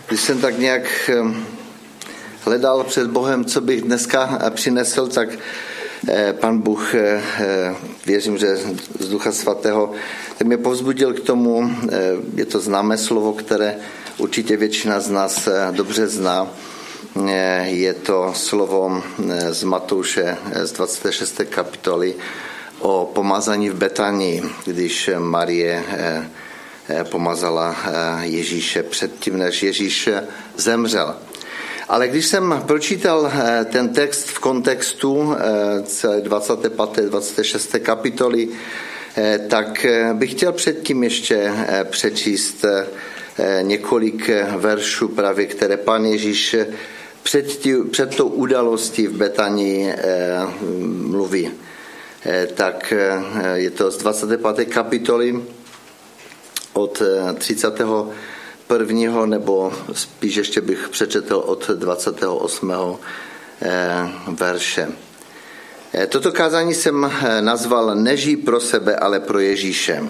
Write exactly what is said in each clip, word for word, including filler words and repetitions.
Když jsem tak nějak hledal před Bohem, co bych dneska přinesl, tak Pan Bůh, věřím, že z Ducha Svatého, tak mě povzbudil k tomu, je to známé slovo, které určitě většina z nás dobře zná. Je to slovo z Matouše z dvacáté šesté kapitoly o pomazání v Betánii, když Marie pomazala Ježíše předtím, než Ježíš zemřel. Ale když jsem pročítal ten text v kontextu celé dvacáté páté dvacáté šesté kapitoly, tak bych chtěl předtím ještě přečíst několik veršů, právě které Pán Ježíš před, tí, před tou událostí v Betánii mluví. Tak je to z dvacáté páté kapitoly od třicátého prvního, nebo spíš ještě bych přečetl od dvacátého osmého verše. Toto kázání jsem nazval Nežij pro sebe, ale pro Ježíše.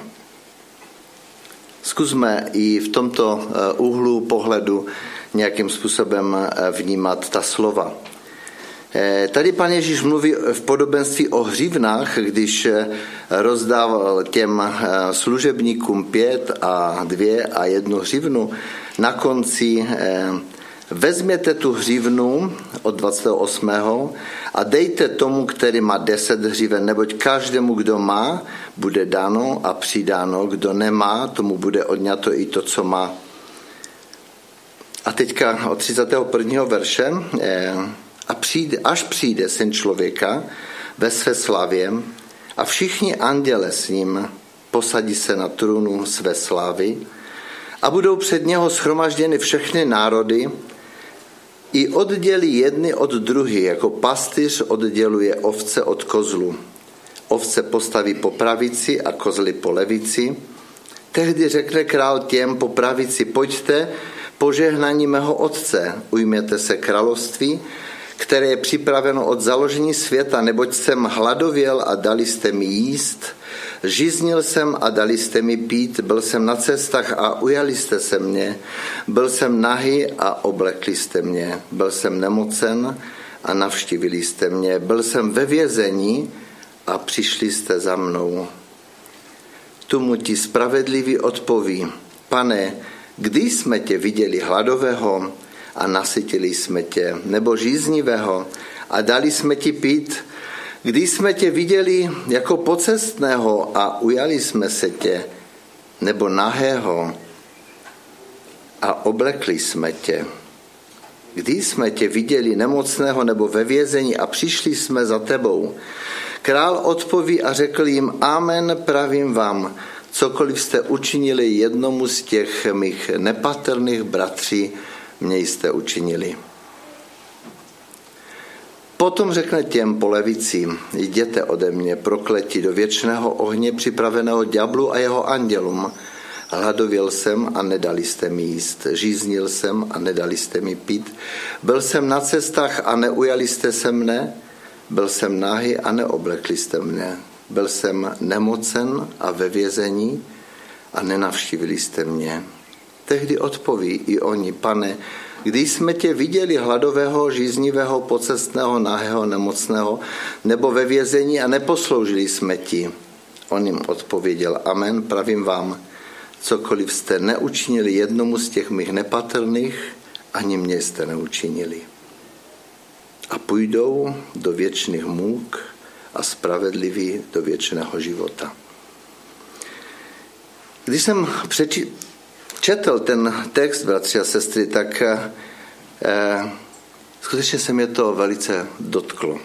Zkusme i v tomto úhlu pohledu nějakým způsobem vnímat ta slova. Tady Pán Ježíš mluví v podobenství o hřivnách, když rozdával těm služebníkům pět a dvě a jednu hřivnu. Na konci vezměte tu hřivnu od dvacátého osmého a dejte tomu, který má deset hřiven, neboť každému, kdo má, bude dáno a přidáno, kdo nemá, tomu bude odňato i to, co má. A teďka od třicátého prvního verše. A přijde, až přijde Syn člověka ve své slavě a všichni anděle s ním posadí se na trůnu své slávy a budou před něho shromažděny všechny národy i oddělí jedny od druhých, jako pastýř odděluje ovce od kozlu. Ovce postaví po pravici a kozly po levici. Tehdy řekne král těm po pravici, pojďte, požehnání mého otce, ujměte se království, které je připraveno od založení světa, neboť jsem hladověl a dali jste mi jíst, žíznil jsem a dali jste mi pít, byl jsem na cestách a ujali jste se mě, byl jsem nahý a oblekli jste mě, byl jsem nemocen a navštívili jste mě, byl jsem ve vězení a přišli jste za mnou. Tomu ti spravedlivý odpoví, Pane, kdy jsme tě viděli hladového a nasytili jsme tě, nebo žíznivého a dali jsme ti pít, když jsme tě viděli jako pocestného a ujali jsme se tě, nebo nahého a oblekli jsme tě. Když jsme tě viděli nemocného nebo ve vězení a přišli jsme za tebou. Král odpoví a řekl jim, amen, pravím vám, cokoliv jste učinili jednomu z těch mých nepatrných bratří, mě jste učinili. Potom řekne těm po levici, jděte ode mě, prokletí do věčného ohně připraveného ďáblu a jeho andělům. Hladověl jsem a nedali jste mi jíst, žíznil jsem a nedali jste mi pít, byl jsem na cestách a neujali jste se mne, byl jsem nahý a neoblekli jste mne, byl jsem nemocen a ve vězení a nenavštívili jste mě. Tehdy odpoví i oni, Pane, když jsme tě viděli hladového, žíznivého, pocestného, nahého, nemocného, nebo ve vězení a neposloužili jsme ti. On jim odpověděl, amen, pravím vám, cokoliv jste neučinili jednomu z těch mých nepatrných, ani mě jste neučinili. A půjdou do věčných můk a spravedliví do věčného života. Když jsem přečetl, četl ten text, bratři a sestry, tak eh, skutečně se mě to velice dotklo.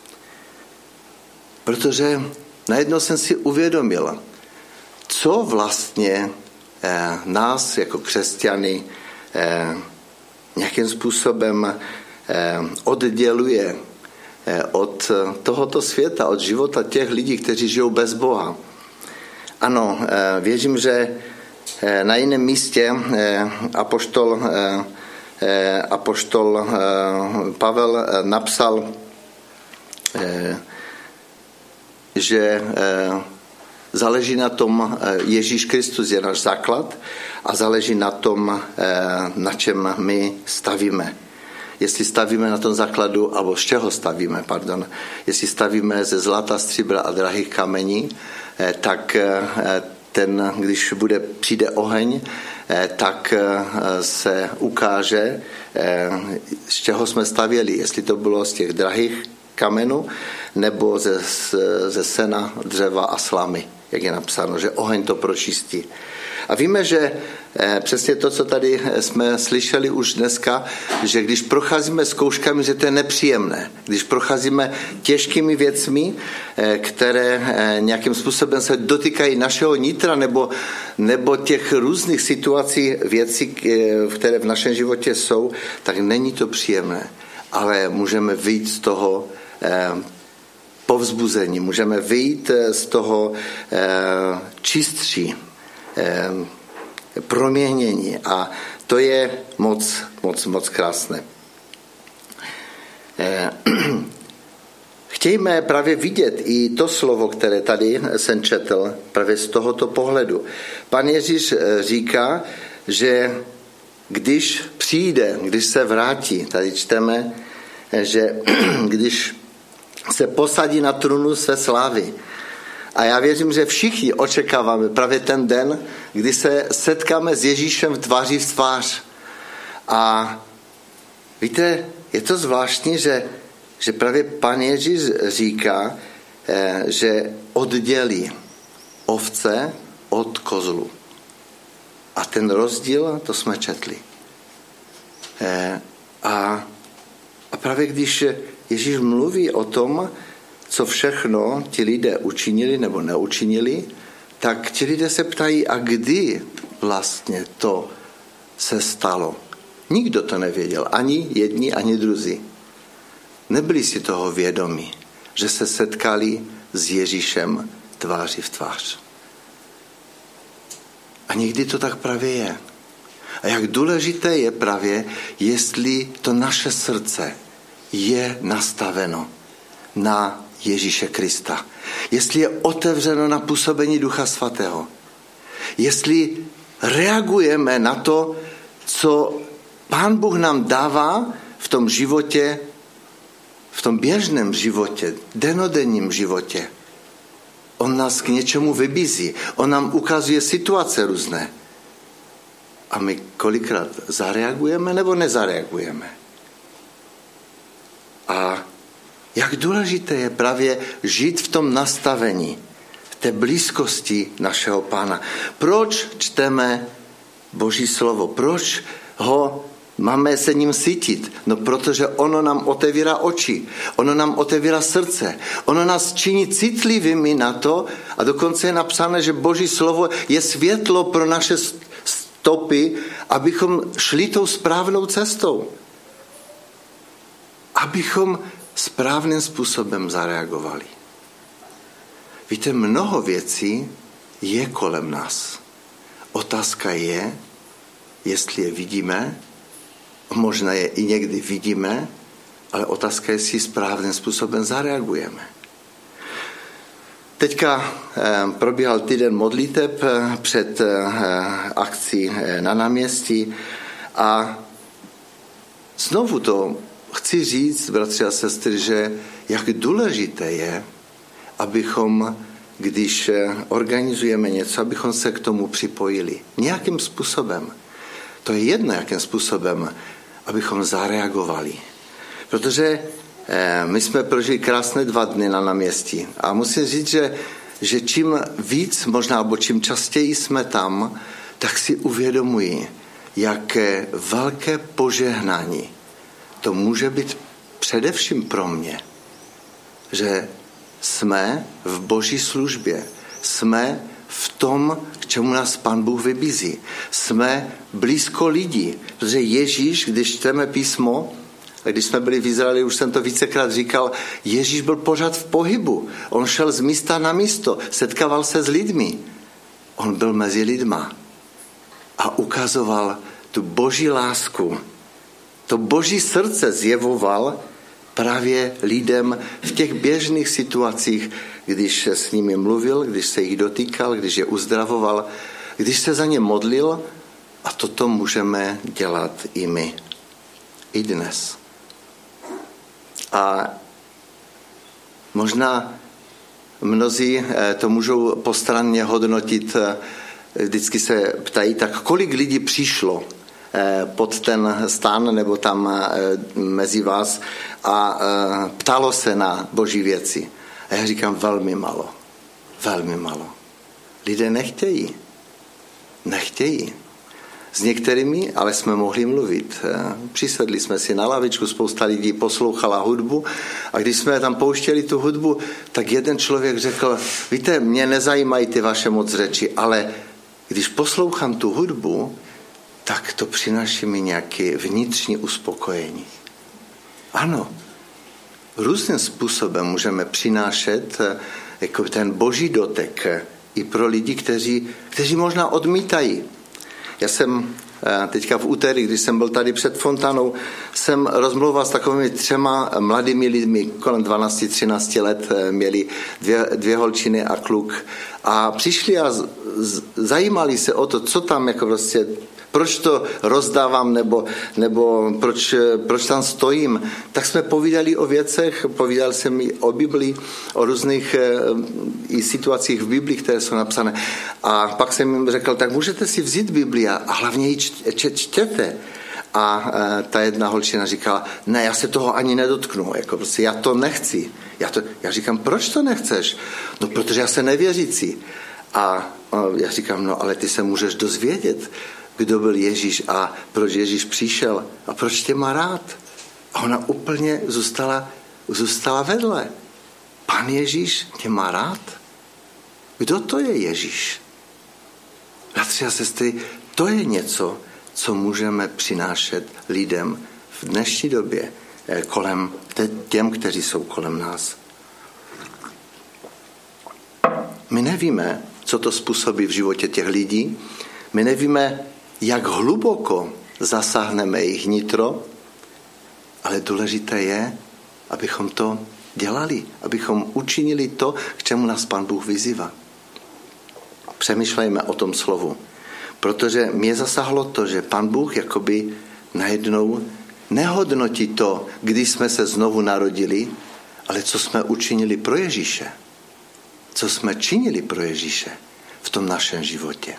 Protože najednou jsem si uvědomil, co vlastně eh, nás jako křesťany eh, nějakým způsobem eh, odděluje eh, od tohoto světa, od života těch lidí, kteří žijou bez Boha. Ano, eh, věřím, že na jiném místě apoštol, apoštol Pavel napsal, že záleží na tom, Ježíš Kristus je náš základ a záleží na tom, na čem my stavíme. Jestli stavíme na tom základu, alebo z čeho stavíme, pardon. Jestli stavíme ze zlata, stříbra a drahých kamení, tak ten, když bude, přijde oheň, tak se ukáže, z čeho jsme stavěli. Jestli to bylo z těch drahých kamenů, nebo ze, ze sena, dřeva a slamy, jak je napsáno, že oheň to pročistí. A víme, že přesně to, co tady jsme slyšeli už dneska, že když procházíme zkouškami, že to je nepříjemné. Když procházíme těžkými věcmi, které nějakým způsobem se dotýkají našeho nitra nebo, nebo těch různých situací, věcí, které v našem životě jsou, tak není to příjemné. Ale můžeme vyjít z toho povzbuzení, můžeme vyjít z toho čistší, proměnění a to je moc, moc, moc krásné. Chtějme právě vidět i to slovo, které tady jsem četl, právě z tohoto pohledu. Pan Ježíš říká, že když přijde, když se vrátí, tady čteme, že když se posadí na trůnu své slávy. A já věřím, že všichni očekáváme právě ten den, kdy se setkáme s Ježíšem v tváří v tvář. A víte, je to zvláštní, že, že právě Pan Ježíš říká, že oddělí ovce od kozlu. A ten rozdíl, to jsme četli. A, a právě když Ježíš mluví o tom, co všechno ti lidé učinili nebo neučinili, tak ti lidé se ptají, a kdy vlastně to se stalo. Nikdo to nevěděl, ani jedni, ani druzí. Nebyli si toho vědomí, že se setkali s Ježíšem tváří v tvář. A někdy to tak právě je. A jak důležité je právě, jestli to naše srdce je nastaveno na Ježíše Krista. Jestli je otevřeno na působení Ducha Svatého. Jestli reagujeme na to, co Pán Bůh nám dává v tom životě, v tom běžném životě, denodenním životě. On nás k něčemu vybízí. On nám ukazuje situace různé. A my kolikrát zareagujeme nebo nezareagujeme. A jak důležité je právě žít v tom nastavení, v té blízkosti našeho Pána. Proč čteme Boží slovo? Proč ho máme se ním cítit? No protože ono nám otevírá oči, ono nám otevírá srdce, ono nás činí citlivými na to a dokonce je napsáno, že Boží slovo je světlo pro naše stopy, abychom šli tou správnou cestou. Abychom správným způsobem zareagovali. Víte, mnoho věcí je kolem nás. Otázka je, jestli je vidíme, možná je i někdy vidíme, ale otázka je, jestli správným způsobem zareagujeme. Teďka probíhal týden modliteb před akcí na náměstí a znovu to chci říct, bratři a sestry, že jak důležité je, abychom, když organizujeme něco, abychom se k tomu připojili. Nějakým způsobem. To je jedno, jakým způsobem, abychom zareagovali. Protože my jsme prožili krásné dva dny na náměstí. A musím říct, že, že čím víc, možná, nebo čím častěji jsme tam, tak si uvědomuji, jaké velké požehnání to může být především pro mě, že jsme v Boží službě, jsme v tom, k čemu nás Pán Bůh vybízí. Jsme blízko lidí, protože Ježíš, když čteme písmo, a když jsme byli v Izraeli, už jsem to vícekrát říkal, Ježíš byl pořád v pohybu. On šel z místa na místo, setkával se s lidmi. On byl mezi lidma a ukazoval tu Boží lásku. To Boží srdce zjevoval právě lidem v těch běžných situacích, když s nimi mluvil, když se jich dotýkal, když je uzdravoval, když se za ně modlil, a toto můžeme dělat i my, i dnes. A možná mnozí to můžou postranně hodnotit, vždycky se ptají, tak kolik lidí přišlo pod ten stán nebo tam mezi vás a ptalo se na boží věci. A já říkám velmi málo, velmi málo. Lidé nechtějí, nechtějí. S některými ale jsme mohli mluvit. Přisedli jsme si na lavičku, spousta lidí poslouchala hudbu a když jsme tam pouštěli tu hudbu, tak jeden člověk řekl, víte, mě nezajímají ty vaše moc řeči, ale když poslouchám tu hudbu, tak to přináší mi nějaké vnitřní uspokojení. Ano, různým způsobem můžeme přinášet jako ten boží dotek i pro lidi, kteří, kteří možná odmítají. Já jsem teďka v úterý, když jsem byl tady před fontánou, jsem rozmluval s takovými třema mladými lidmi, kolem dvanáct třináct let, měli dvě, dvě holčiny a kluk. A přišli a z, z, zajímali se o to, co tam jako prostě, proč to rozdávám, nebo, nebo proč, proč tam stojím. Tak jsme povídali o věcech, povídal jsem i o Biblii, o různých i situacích v Biblii, které jsou napsané. A pak jsem jim řekl, tak můžete si vzít Biblii a hlavně ji čtěte. A ta jedna holčina říkala, ne, já se toho ani nedotknu, jako prostě já to nechci. Já, to, já říkám, proč to nechceš? No, protože já jsem nevěřící. A já říkám, no, ale ty se můžeš dozvědět, kdo byl Ježíš a proč Ježíš přišel a proč tě má rád. A ona úplně zůstala, zůstala vedle. Pan Ježíš tě má rád? Kdo to je Ježíš? Bratři a sestry, to je něco, co můžeme přinášet lidem v dnešní době kolem těm, kteří jsou kolem nás. My nevíme, co to způsobí v životě těch lidí. My nevíme, jak hluboko zasáhneme jejich nitro, ale důležité je, abychom to dělali, abychom učinili to, k čemu nás Pán Bůh vyzývá. Přemýšlejme o tom slovu, protože mě zasáhlo to, že Pán Bůh jakoby najednou nehodnotí to, když jsme se znovu narodili, ale co jsme učinili pro Ježíše. Co jsme činili pro Ježíše v tom našem životě.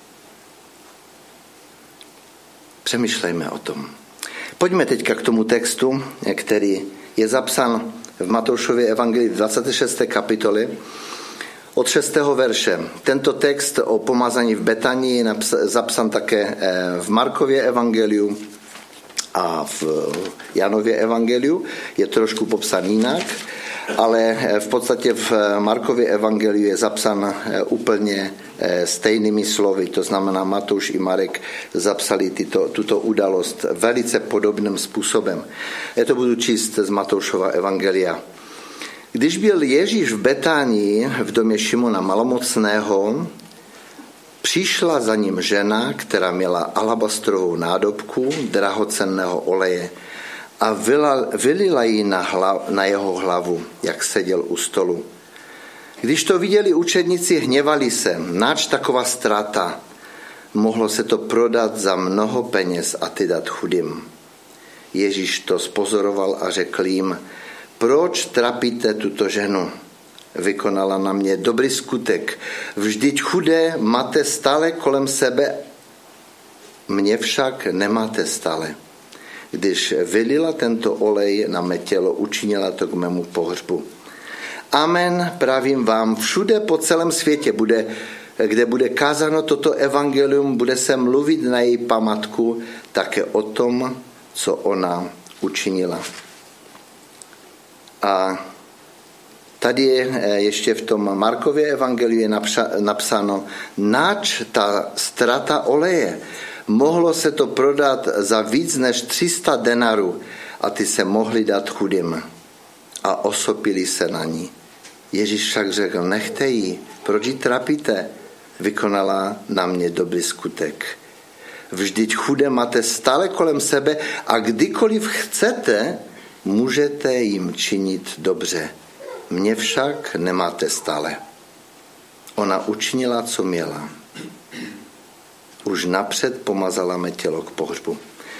Přemýšlejme o tom. Pojďme teďka k tomu textu, který je zapsán v Matoušově evangelii v dvacáté šesté kapitole od šestého verše. Tento text o pomazání v Betanii je zapsán také v Markově evangeliu a v Janově evangeliu. Je trošku popsán jinak, ale v podstatě v Markově evangeliu je zapsán úplně stejnými slovy. To znamená, Matouš i Marek zapsali tyto, tuto událost velice podobným způsobem. Já to budu číst z Matoušova evangelia. Když byl Ježíš v Betánii v domě Šimona Malomocného, přišla za ním žena, která měla alabastrovou nádobku drahocenného oleje a vylila ji na, hlav, na jeho hlavu, jak seděl u stolu. Když to viděli učedníci, hněvali se, nač taková ztráta, mohlo se to prodat za mnoho peněz a ty dát chudým. Ježíš to spozoroval a řekl jim, proč trapíte tuto ženu? Vykonala na mě dobrý skutek. Vždyť chudé máte stále kolem sebe, mě však nemáte stále. Když vylila tento olej na mé tělo, učinila to k mému pohřbu. Amen, pravím vám, všude po celém světě, bude, kde bude kázáno toto evangelium, bude se mluvit na její památku také o tom, co ona učinila. A tady je ještě v tom Markově evangeliu je napsáno, nač ta ztráta oleje. Mohlo se to prodat za víc než tři sta denarů a ty se mohli dát chudým. A osopili se na ní. Ježíš však řekl, nechte ji, proč ji trapíte? Vykonala na mě dobrý skutek. Vždyť chudé máte stále kolem sebe a kdykoliv chcete, můžete jim činit dobře, mě však nemáte stále. Ona učinila, co měla. Už napřed pomazala mé tělo k pohřbu.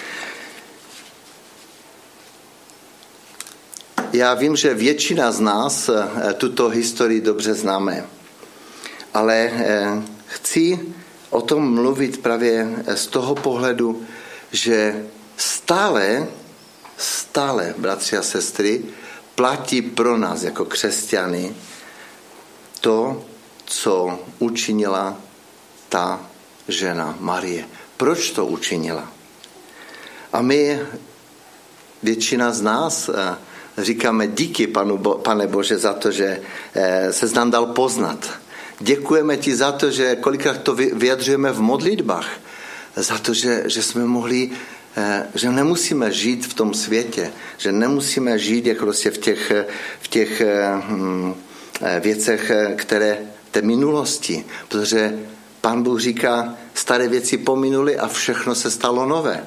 Já vím, že většina z nás tuto historii dobře známe, ale chci o tom mluvit právě z toho pohledu, že stále, stále, bratři a sestry, platí pro nás jako křesťany to, co učinila ta žena Marie. Proč to učinila? A my, většina z nás, říkáme díky, panu Bo, Pane Bože, za to, že se nám dal poznat. Děkujeme ti za to, že kolikrát to vyjadřujeme v modlitbách, za to, že, že jsme mohli, že nemusíme žít v tom světě, že nemusíme žít jako prostě v těch, v těch hm, věcech, které té minulosti, protože Pán Bůh říká, staré věci pominuly a všechno se stalo nové.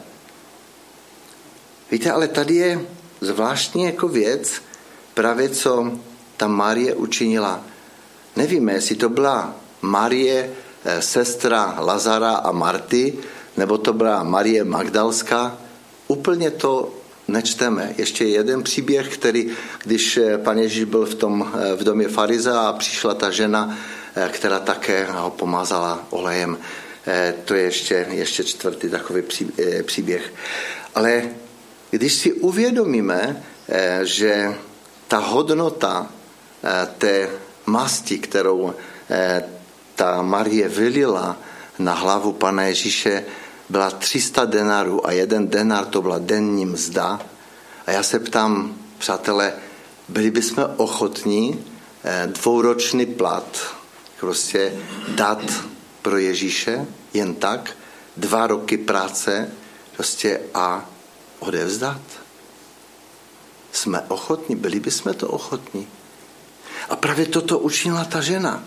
Víte, ale tady je zvláštní jako věc, právě co ta Marie učinila. Nevíme, jestli to byla Marie, sestra Lazara a Marty, nebo to byla Marie Magdalská. Úplně to nečteme. Ještě jeden příběh, který, když Pan Ježíš byl v, tom, v domě farizea a přišla ta žena, která také ho pomazala olejem. To je ještě, ještě čtvrtý takový příběh. Ale když si uvědomíme, že ta hodnota té masti, kterou ta Marie vylila na hlavu Pana Ježíše, byla tři sta denarů a jeden denar to byla denní mzda. A já se ptám, přátelé, byli bychom ochotní dvouroční plat prostě dát pro Ježíše jen tak, dva roky práce prostě a odevzdat? Jsme ochotní, byli bychom to ochotní. A právě toto učinila ta žena.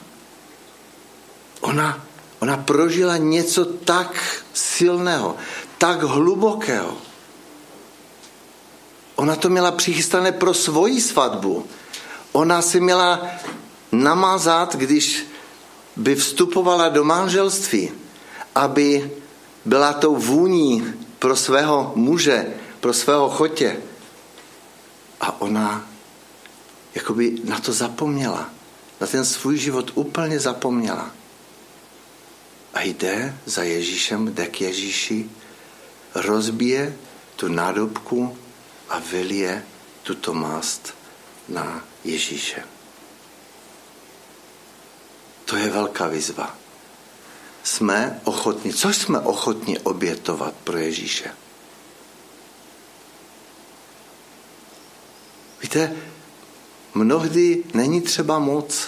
Ona, ona prožila něco tak silného, tak hlubokého. Ona to měla přichystané pro svoji svatbu. Ona si měla namazat, když by vstupovala do manželství, aby byla tou vůní pro svého muže, pro svého chotě. A ona jakoby na to zapomněla. Na ten svůj život úplně zapomněla. A jde za Ježíšem, jde k Ježíši, rozbije tu nádobku a vylije tuto mast na Ježíše. To je velká výzva. Jsme ochotní, co jsme ochotní obětovat pro Ježíše? Víte, mnohdy není třeba moc.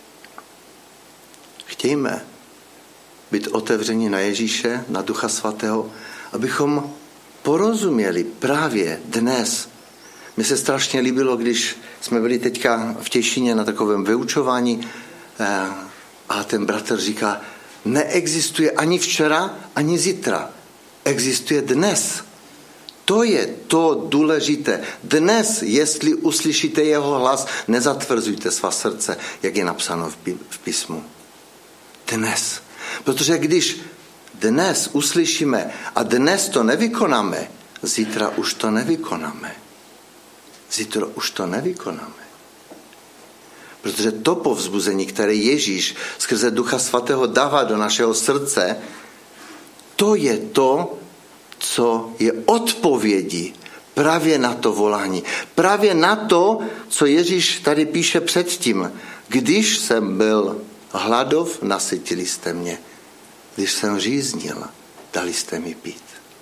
Chtějme být otevření na Ježíše, na Ducha Svatého, abychom porozuměli právě dnes. Mně se strašně líbilo, když jsme byli teďka v Těšíně na takovém vyučování a ten bratr říká, neexistuje ani včera, ani zítra. Existuje dnes. To je to důležité. Dnes, jestli uslyšíte jeho hlas, nezatvrzujte svá srdce, jak je napsáno v písmu. Dnes. Protože když dnes uslyšíme a dnes to nevykonáme, zítra už to nevykonáme. Zítra už to nevykonáme. Protože to povzbuzení, které Ježíš skrze Ducha Svatého dává do našeho srdce, to je to, co je odpovědí právě na to volání. Právě na to, co Ježíš tady píše předtím. Když jsem byl hladov, nasytili jste mě. Když jsem říznil, dali jste mi pít.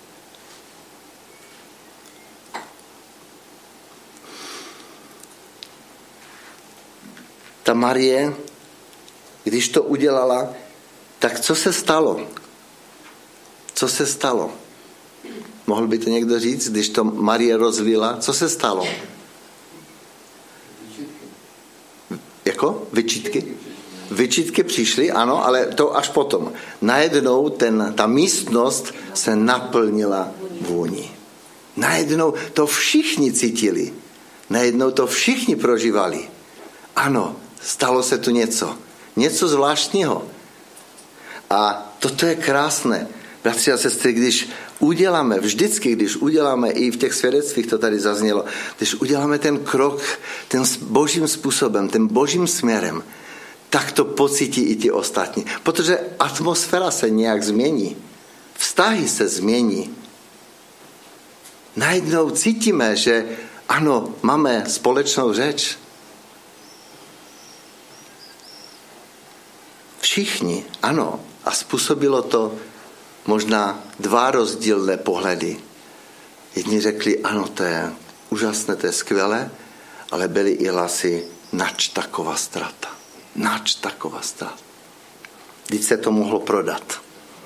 Ta Marie, když to udělala, tak co se stalo? Co se stalo? Mohl by to někdo říct, když to Marie rozlila? Co se stalo? Jako? Vyčítky? Vyčítky přišly, ano, ale to až potom. Najednou ten, ta místnost se naplnila vůní. Najednou to všichni cítili. Najednou to všichni prožívali. Ano, stalo se tu něco. Něco zvláštního. A toto je krásné. Bratři a sestry, když uděláme, vždycky, když uděláme, i v těch svědectvích to tady zaznělo, když uděláme ten krok, ten božím způsobem, ten božím směrem, tak to pocítí i ti ostatní. Protože atmosféra se nějak změní. Vztahy se změní. Najednou cítíme, že ano, máme společnou řeč. Všichni, ano. A způsobilo to možná dva rozdílné pohledy. Jedni řekli, ano, to je úžasné, to je skvělé, ale byly i hlasy, nač taková ztráta. Nač taková ztráta. Vždyť se to mohlo prodat.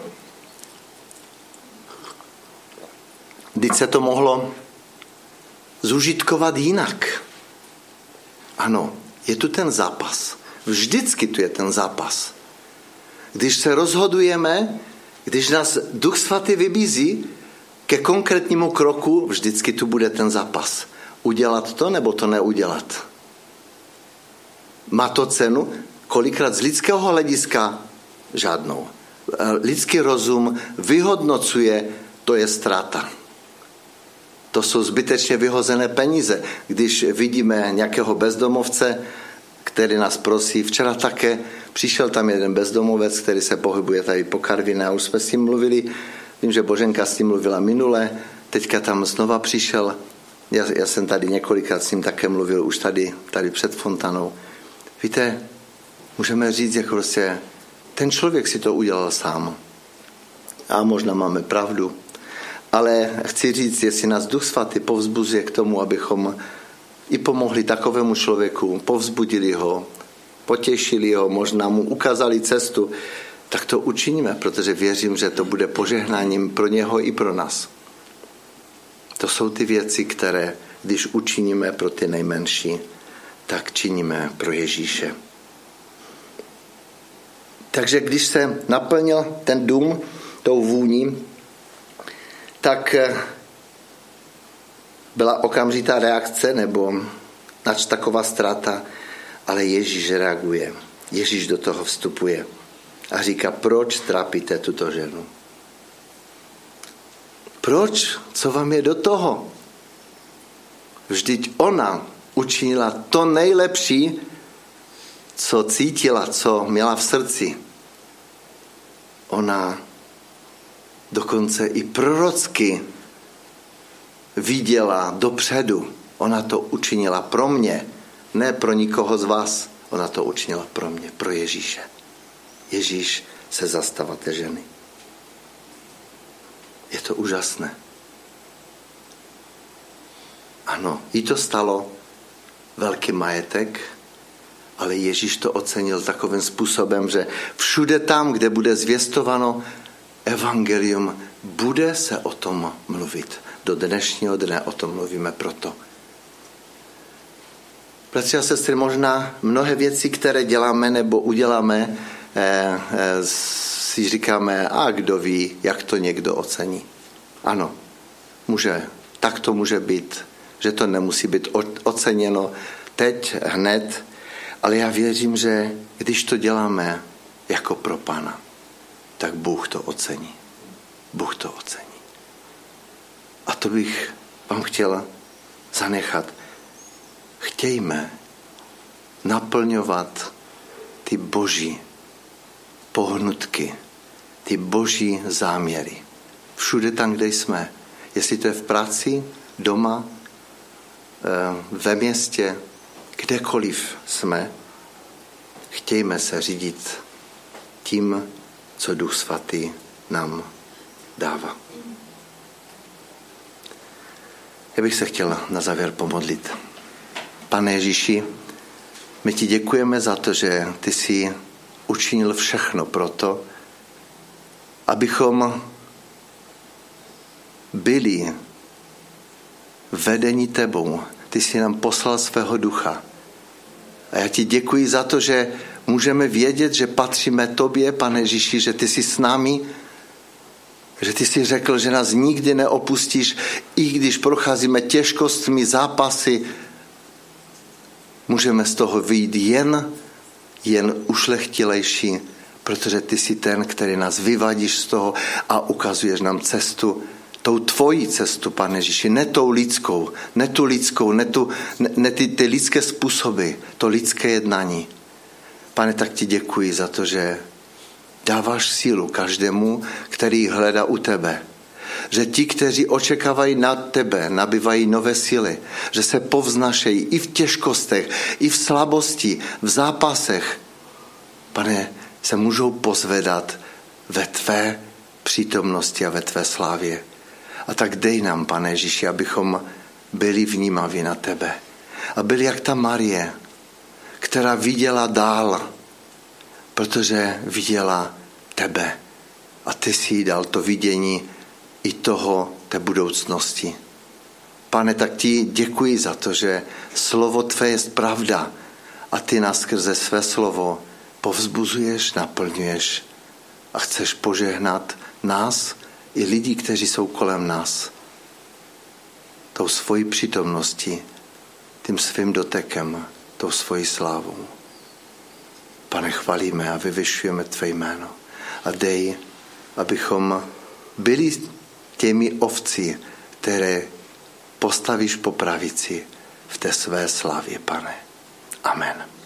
Vždyť se to mohlo zužitkovat jinak. Ano, je tu ten zápas. Vždycky tu je ten zápas. Když se rozhodujeme, když nás Duch Svatý vybízí ke konkrétnímu kroku, vždycky tu bude ten zápas. Udělat to nebo to neudělat. Má to cenu? Kolikrát z lidského hlediska? Žádnou. Lidský rozum vyhodnocuje, to je ztráta. To jsou zbytečně vyhozené peníze. Když vidíme nějakého bezdomovce, který nás prosí, včera také přišel tam jeden bezdomovec, který se pohybuje tady po Karviné a už jsme s ním mluvili. Vím, že Boženka s ním mluvila minule, teďka tam znova přišel. Já, já jsem tady několikrát s ním také mluvil, už tady, tady před fontanou. Víte, můžeme říct, jako prostě ten člověk si to udělal sám. A možná máme pravdu. Ale chci říct, jestli nás Duch Svatý povzbuzuje k tomu, abychom i pomohli takovému člověku, povzbudili ho, potěšili ho, možná mu ukázali cestu, tak to učiníme, protože věřím, že to bude požehnáním pro něho i pro nás. To jsou ty věci, které, když učiníme pro ty nejmenší, tak činíme pro Ježíše. Takže když se naplnil ten dům tou vůní, tak byla okamžitá reakce, nebo nač taková ztráta, ale Ježíš reaguje. Ježíš do toho vstupuje a říká, proč trápíte tuto ženu? Proč? Co vám je do toho? Vždyť ona učinila to nejlepší, co cítila, co měla v srdci. Ona dokonce i prorocky viděla dopředu. Ona to učinila pro mě, ne pro nikoho z vás. Ona to učinila pro mě, pro Ježíše. Ježíš se zastává té ženy. Je to úžasné. Ano, jí to stalo velký majetek, ale Ježíš to ocenil takovým způsobem, že všude tam, kde bude zvěstováno evangelium, bude se o tom mluvit. Do dnešního dne o tom mluvíme proto. Bratři a sestry, možná mnohé věci, které děláme nebo uděláme, eh, eh, si říkáme, a kdo ví, jak to někdo ocení. Ano, může, tak to může být, že to nemusí být oceněno teď, hned, ale já věřím, že když to děláme jako pro Pána, tak Bůh to ocení. Bůh to ocení. A to bych vám chtěla zanechat. Chtějme naplňovat ty boží pohnutky, ty boží záměry. Všude tam, kde jsme. Jestli to je v práci, doma, ve městě, kdekoliv jsme, chtějme se řídit tím, co Duch Svatý nám dává. Já bych se chtěla na závěr pomodlit. Pane Ježíši, my ti děkujeme za to, že ty jsi učinil všechno proto, abychom byli vedeni tebou. Ty jsi nám poslal svého ducha. A já ti děkuji za to, že můžeme vědět, že patříme tobě, Pane Ježíši, že ty jsi s námi Že ty jsi řekl, že nás nikdy neopustíš, i když procházíme těžkostmi, zápasy, můžeme z toho vyjít jen, jen ušlechtilejší, protože ty jsi ten, který nás vyvadíš z toho a ukazuješ nám cestu, tou tvojí cestu, Pane Ježíši, ne tou lidskou, ne tu lidskou, ne, tu, ne, ne ty, ty lidské způsoby, to lidské jednání. Pane, tak ti děkuji za to, že dáváš sílu každému, který hledá u tebe. Že ti, kteří očekávají na tebe, nabývají nové síly, že se povznašejí i v těžkostech, i v slabosti, v zápasech. Pane, se můžou pozvedat ve tvé přítomnosti a ve tvé slávě. A tak dej nám, Pane Ježíši, abychom byli vnímaví na tebe. A byli jak ta Marie, která viděla dál, protože viděla tebe. A ty jsi jí dal to vidění i toho, té budoucnosti. Pane, tak ti děkuji za to, že slovo tvé je pravda a ty nás skrze své slovo povzbuzuješ, naplňuješ a chceš požehnat nás i lidi, kteří jsou kolem nás. Tou svojí přítomností, tím svým dotekem, tou svojí slávou. Pane, chvalíme a vyvyšujeme tvé jméno. A dej, abychom byli těmi ovci, které postavíš po pravici v té své slávě, Pane. Amen.